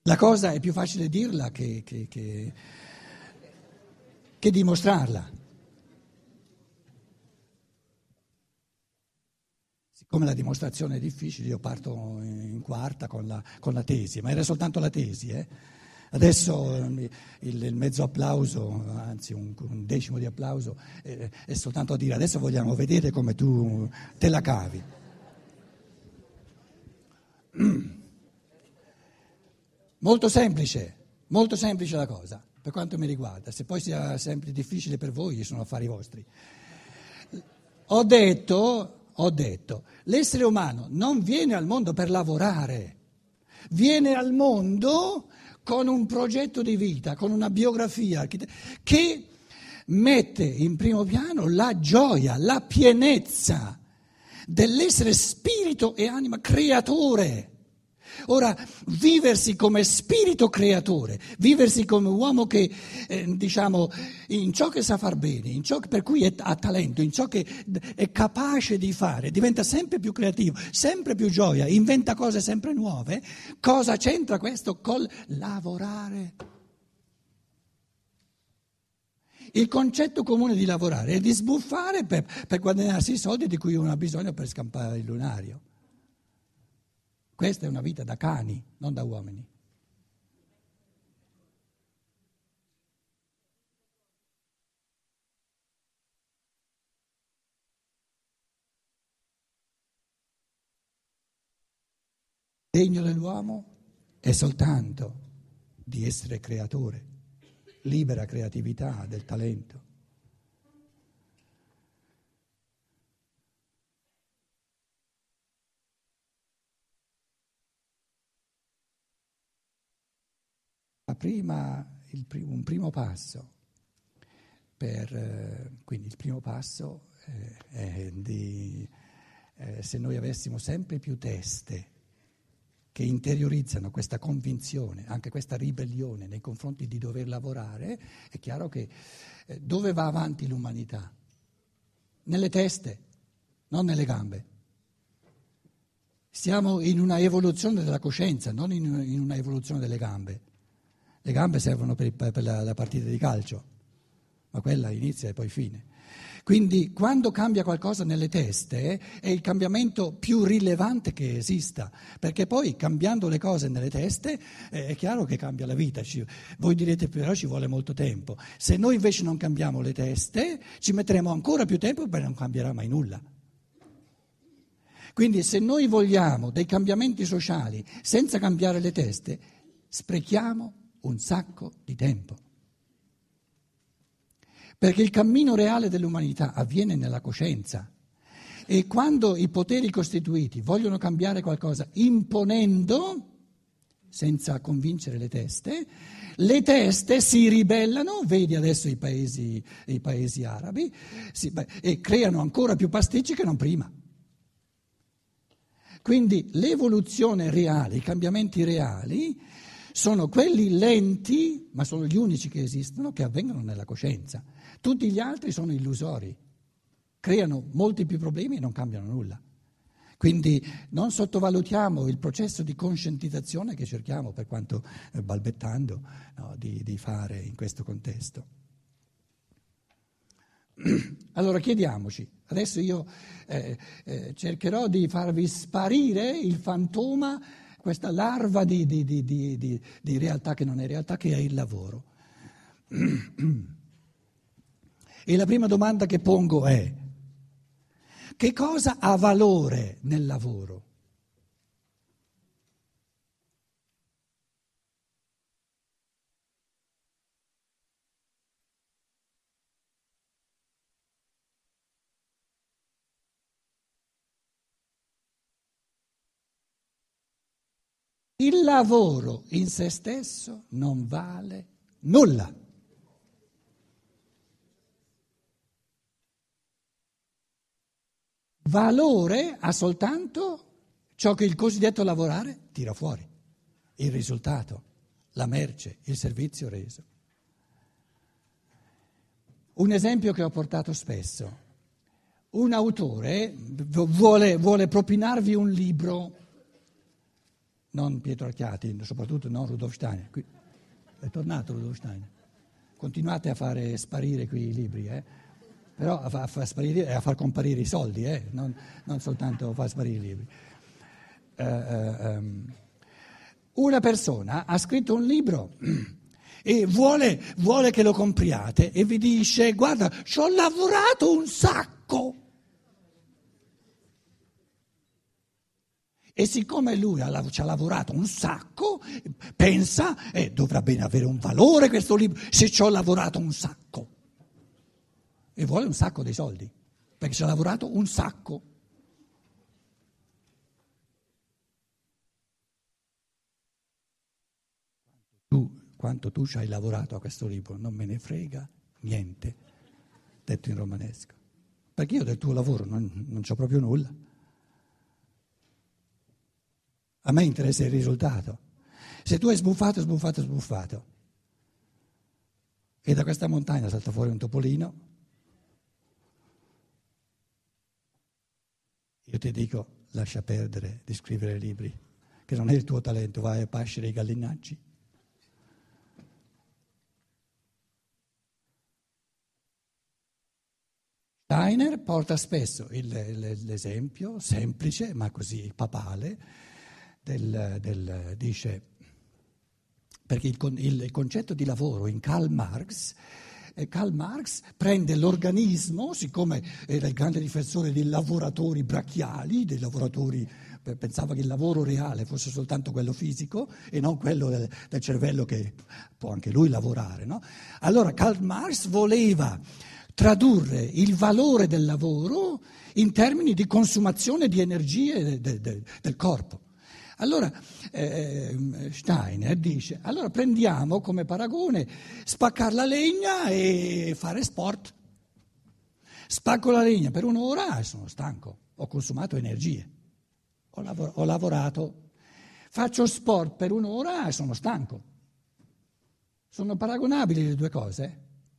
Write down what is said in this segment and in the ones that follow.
La cosa è più facile dirla che dimostrarla. Siccome la dimostrazione è difficile, io parto in quarta con la tesi, ma era soltanto la tesi. Adesso il mezzo applauso, anzi un decimo di applauso, è soltanto a dire adesso vogliamo vedere come tu te la cavi. Molto semplice la cosa, per quanto mi riguarda. Se poi sia sempre difficile per voi, sono affari vostri. Ho detto, l'essere umano non viene al mondo per lavorare, viene al mondo con un progetto di vita, con una biografia che mette in primo piano la gioia, la pienezza dell'essere spirito e anima creatore. Ora, viversi come spirito creatore, viversi come uomo che, in ciò che sa far bene, in ciò per cui ha talento, in ciò che è capace di fare, diventa sempre più creativo, sempre più gioia, inventa cose sempre nuove. Cosa c'entra questo col lavorare? Il concetto comune di lavorare è di sbuffare per guadagnarsi i soldi di cui uno ha bisogno per scampare il lunario. Questa è una vita da cani, non da uomini. Il degno dell'uomo è soltanto di essere creatore, libera creatività del talento. Un primo passo quindi il primo passo è se noi avessimo sempre più teste che interiorizzano questa convinzione, anche questa ribellione nei confronti di dover lavorare, è chiaro che dove va avanti l'umanità? Nelle teste, non nelle gambe. Siamo in una evoluzione della coscienza, non in una evoluzione delle gambe. Le gambe servono per la partita di calcio, ma quella inizia e poi fine. Quindi quando cambia qualcosa nelle teste è il cambiamento più rilevante che esista, perché poi cambiando le cose nelle teste è chiaro che cambia la vita. Voi direte però ci vuole molto tempo. Se noi invece non cambiamo le teste ci metteremo ancora più tempo e non cambierà mai nulla. Quindi se noi vogliamo dei cambiamenti sociali senza cambiare le teste, sprechiamo un sacco di tempo. Perché il cammino reale dell'umanità avviene nella coscienza e quando i poteri costituiti vogliono cambiare qualcosa imponendo, senza convincere le teste si ribellano, vedi adesso i paesi arabi, e creano ancora più pasticci che non prima. Quindi l'evoluzione reale, i cambiamenti reali sono quelli lenti, ma sono gli unici che esistono, che avvengono nella coscienza. Tutti gli altri sono illusori, creano molti più problemi e non cambiano nulla. Quindi non sottovalutiamo il processo di coscientizzazione che cerchiamo, per quanto balbettando, di fare in questo contesto. Allora chiediamoci, adesso io cercherò di farvi sparire il fantoma, questa larva di realtà che non è realtà, che è il lavoro. E la prima domanda che pongo è: che cosa ha valore nel lavoro? Il lavoro in se stesso non vale nulla. Valore ha soltanto ciò che il cosiddetto lavorare tira fuori, il risultato, la merce, il servizio reso. Un esempio che ho portato spesso: un autore vuole propinarvi un libro non Pietro Archiati, soprattutto non Rudolf Steiner. È tornato Rudolf Steiner. Continuate a fare sparire qui i libri, però a far sparire e a far comparire i soldi, non soltanto a far sparire i libri. Una persona ha scritto un libro e vuole che lo compriate e vi dice: guarda, ci ho lavorato un sacco. E siccome lui ci ha lavorato un sacco, pensa, dovrà bene avere un valore questo libro, se ci ho lavorato un sacco. E vuole un sacco dei soldi, perché ci ha lavorato un sacco. Quanto tu ci hai lavorato a questo libro, non me ne frega niente, detto in romanesco. Perché io del tuo lavoro non c'ho proprio nulla. A me interessa il risultato. Se tu hai sbuffato, e da questa montagna salta fuori un topolino, io ti dico: lascia perdere di scrivere libri, che non è il tuo talento, vai a pascere i gallinacci. Steiner porta spesso l'esempio semplice, ma così papale, dice, perché il concetto di lavoro in Karl Marx prende l'organismo, siccome era il grande difensore dei lavoratori brachiali, dei lavoratori, pensava che il lavoro reale fosse soltanto quello fisico e non quello del cervello che può anche lui lavorare, no? Allora Karl Marx voleva tradurre il valore del lavoro in termini di consumazione di energie del corpo. Allora Steiner dice: allora prendiamo come paragone spaccare la legna e fare sport. Spacco la legna per un'ora e sono stanco, ho consumato energie, ho lavorato. Faccio sport per un'ora e sono stanco. Sono paragonabili le due cose?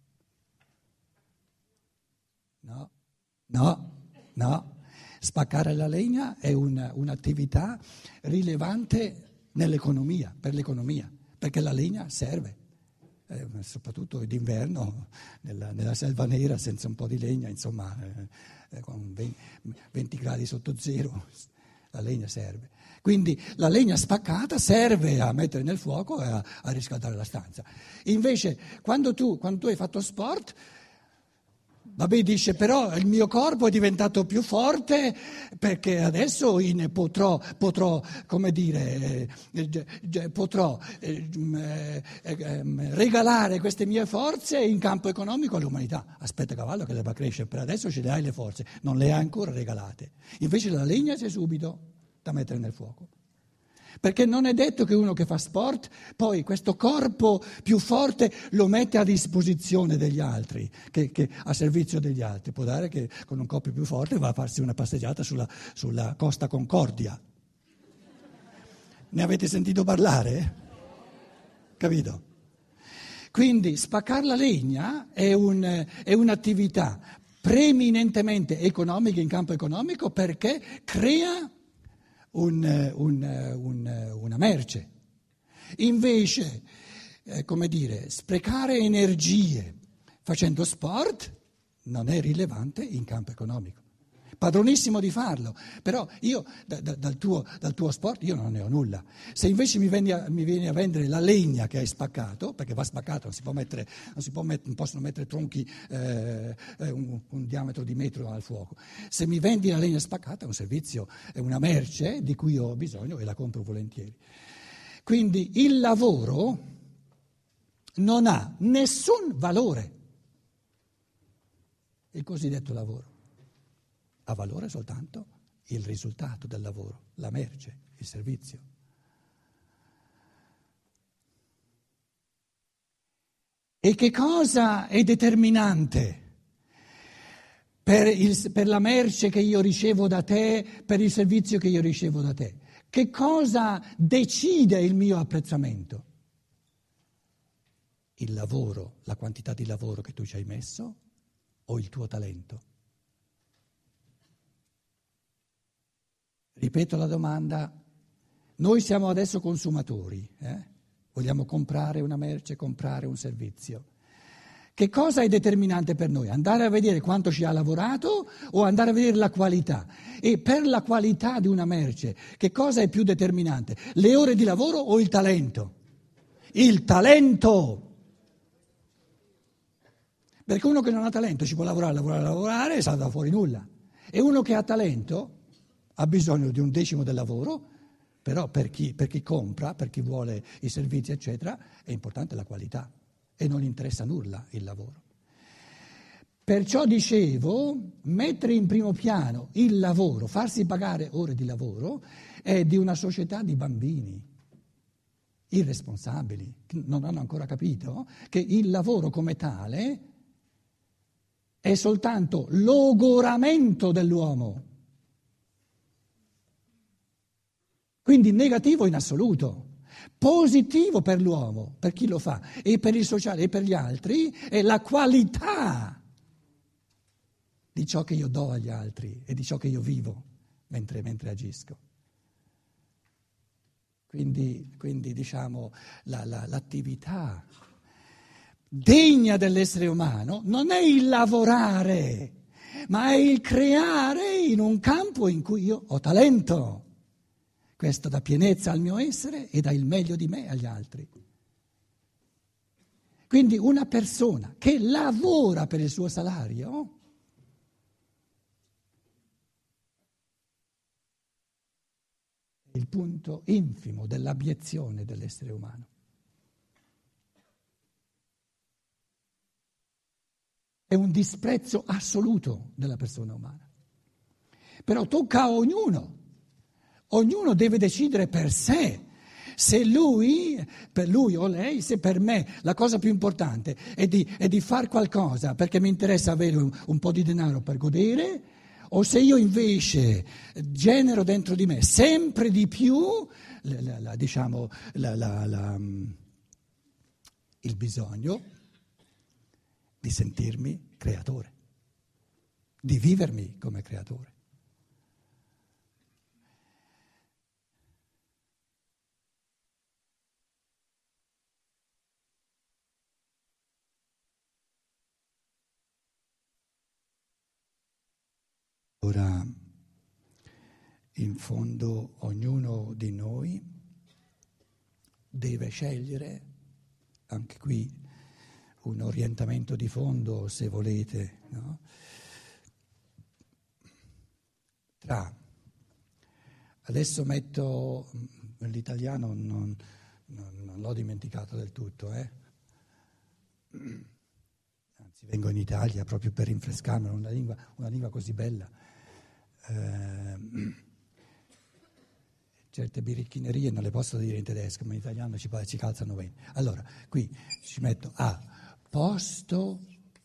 No. Spaccare la legna è un'attività rilevante nell'economia, per l'economia, perché la legna serve, soprattutto d'inverno nella selva nera senza un po' di legna, insomma, con 20 gradi sotto zero, la legna serve. Quindi la legna spaccata serve a mettere nel fuoco e a riscaldare la stanza. Invece quando tu hai fatto sport, vabbè, dice, però il mio corpo è diventato più forte perché adesso potrò regalare queste mie forze in campo economico all'umanità. Aspetta, cavallo, che debba crescere, per adesso ce le hai le forze, non le hai ancora regalate. Invece la legna c'è subito da mettere nel fuoco. Perché non è detto che uno che fa sport poi questo corpo più forte lo mette a disposizione degli altri, che a servizio degli altri. Può dare che con un corpo più forte va a farsi una passeggiata sulla Costa Concordia. Ne avete sentito parlare? Capito? Quindi spaccare la legna è un'attività preeminentemente economica in campo economico perché crea una merce. Invece, sprecare energie facendo sport non è rilevante in campo economico. Padronissimo di farlo, però io dal tuo sport io non ne ho nulla. Se invece mi vieni a vendere la legna che hai spaccato, perché va spaccato, non possono mettere tronchi un diametro di metro al fuoco. Se mi vendi la legna spaccata è un servizio, è una merce di cui ho bisogno e la compro volentieri. Quindi il lavoro non ha nessun valore, il cosiddetto lavoro. Ha valore soltanto il risultato del lavoro, la merce, il servizio. E che cosa è determinante per la merce che io ricevo da te, per il servizio che io ricevo da te? Che cosa decide il mio apprezzamento? Il lavoro, la quantità di lavoro che tu ci hai messo o il tuo talento? Ripeto la domanda: Noi siamo adesso consumatori, vogliamo comprare una merce, comprare un servizio. Che cosa è determinante per noi? Andare a vedere quanto ci ha lavorato o andare a vedere la qualità? E per la qualità di una merce, che cosa è più determinante? Le ore di lavoro o il talento? Il talento! Perché uno che non ha talento ci può lavorare e salta fuori nulla. E uno che ha talento ha bisogno di un decimo del lavoro, però per chi compra, per chi vuole i servizi, eccetera, è importante la qualità e non interessa nulla il lavoro. Perciò dicevo, mettere in primo piano il lavoro, farsi pagare ore di lavoro, è di una società di bambini irresponsabili, che non hanno ancora capito che il lavoro come tale è soltanto logoramento dell'uomo. Quindi negativo in assoluto, positivo per l'uomo, per chi lo fa, e per il sociale e per gli altri, è la qualità di ciò che io do agli altri e di ciò che io vivo mentre agisco. Quindi diciamo l'attività degna dell'essere umano non è il lavorare, ma è il creare in un campo in cui io ho talento. Questo dà pienezza al mio essere e dà il meglio di me agli altri. Quindi una persona che lavora per il suo salario è il punto infimo dell'abiezione dell'essere umano. È un disprezzo assoluto della persona umana. Però tocca a ognuno. Ognuno deve decidere per sé se per lui o lei, se per me la cosa più importante è di far qualcosa perché mi interessa avere un po' di denaro per godere, o se io invece genero dentro di me sempre di più il bisogno di sentirmi creatore, di vivermi come creatore. Ora, in fondo, ognuno di noi deve scegliere, anche qui un orientamento di fondo, se volete, no? Adesso metto l'italiano, non l'ho dimenticato del tutto, Anzi, vengo in Italia proprio per rinfrescarmi, una lingua così bella. Certe birichinerie non le posso dire in tedesco, ma in italiano ci calzano bene. Allora, qui ci metto a posto,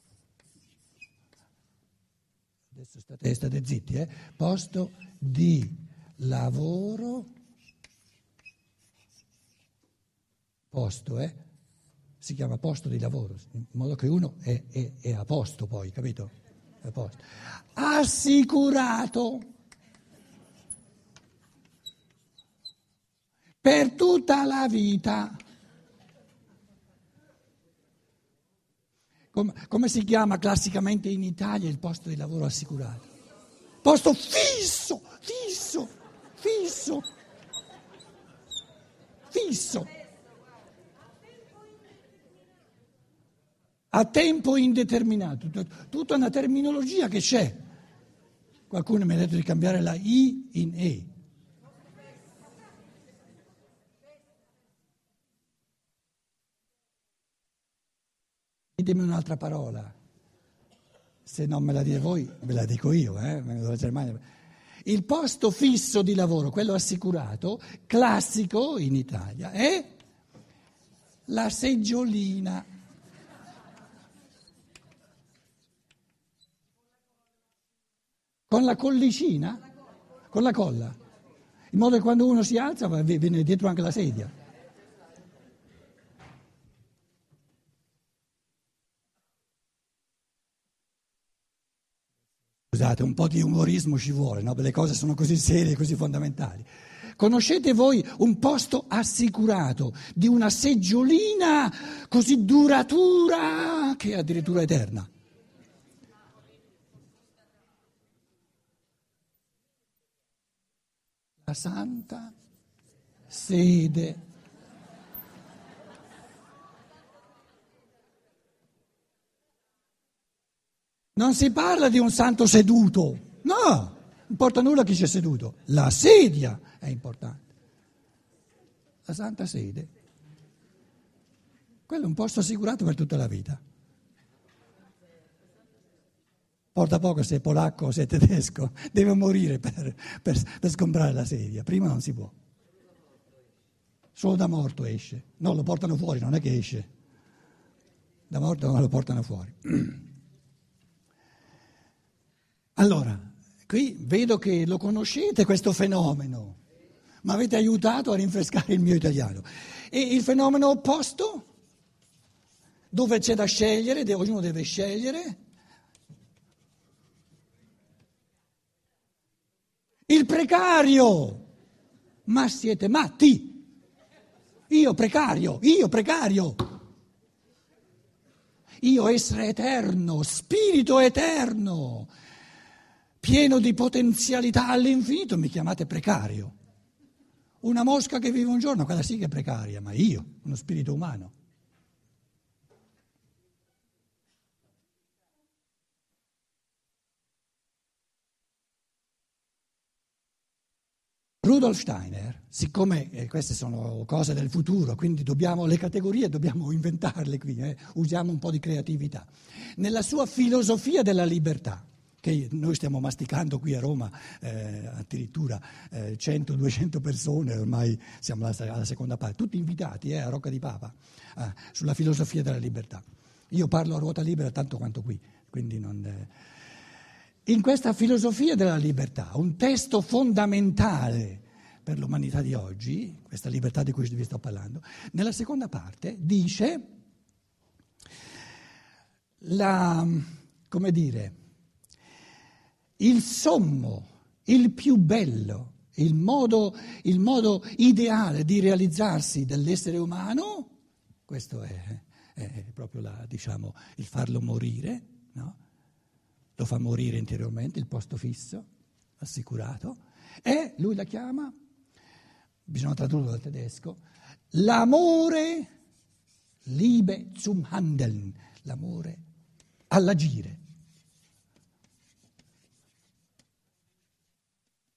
adesso state zitti, posto di lavoro, posto, si chiama posto di lavoro, in modo che uno è a posto poi, capito? È a posto. Assicurato per tutta la vita. Come si chiama classicamente in Italia il posto di lavoro assicurato? Posto fisso. A tempo indeterminato, tutta una terminologia che c'è. Qualcuno mi ha detto di cambiare la I in E. Ditemi un'altra parola, se non me la dite voi, ve la dico io, vengo dalla Germania. Il posto fisso di lavoro, quello assicurato, classico in Italia, è la seggiolina. Con la collicina? Con la colla, in modo che quando uno si alza viene dietro anche la sedia. Scusate, un po' di umorismo ci vuole, no? Le cose sono così serie, così fondamentali. Conoscete voi un posto assicurato di una seggiolina così duratura che è addirittura eterna? La Santa Sede. Non si parla di un santo seduto, no, non importa nulla chi sia seduto, la sedia è importante. La Santa Sede, quello è un posto assicurato per tutta la vita. Porta poco se è polacco o se è tedesco, deve morire per sgombrare la sedia, prima non si può. Solo da morto esce, no, lo portano fuori, non è che esce, da morto lo portano fuori. Allora, qui vedo che lo conoscete questo fenomeno, mi avete aiutato a rinfrescare il mio italiano. E il fenomeno opposto, dove c'è da scegliere, ognuno deve scegliere, il precario. Ma siete matti? Io precario, io essere eterno, spirito eterno, pieno di potenzialità all'infinito, mi chiamate precario. Una mosca che vive un giorno, quella sì che è precaria, ma io, uno spirito umano. Rudolf Steiner, siccome queste sono cose del futuro, quindi le categorie dobbiamo inventarle qui, usiamo un po' di creatività. Nella sua filosofia della libertà, che noi stiamo masticando qui a Roma, addirittura 100-200 persone, ormai siamo alla seconda parte, tutti invitati a Rocca di Papa, sulla filosofia della libertà. Io parlo a ruota libera tanto quanto qui, quindi non... In questa filosofia della libertà, un testo fondamentale per l'umanità di oggi, questa libertà di cui vi sto parlando, nella seconda parte dice come dire, il sommo, il più bello, il modo ideale di realizzarsi dell'essere umano, questo è proprio il farlo morire, no? Lo fa morire interiormente, il posto fisso, assicurato, e lui la chiama, bisogna tradurlo dal tedesco, l'amore Liebe zum Handeln, l'amore all'agire.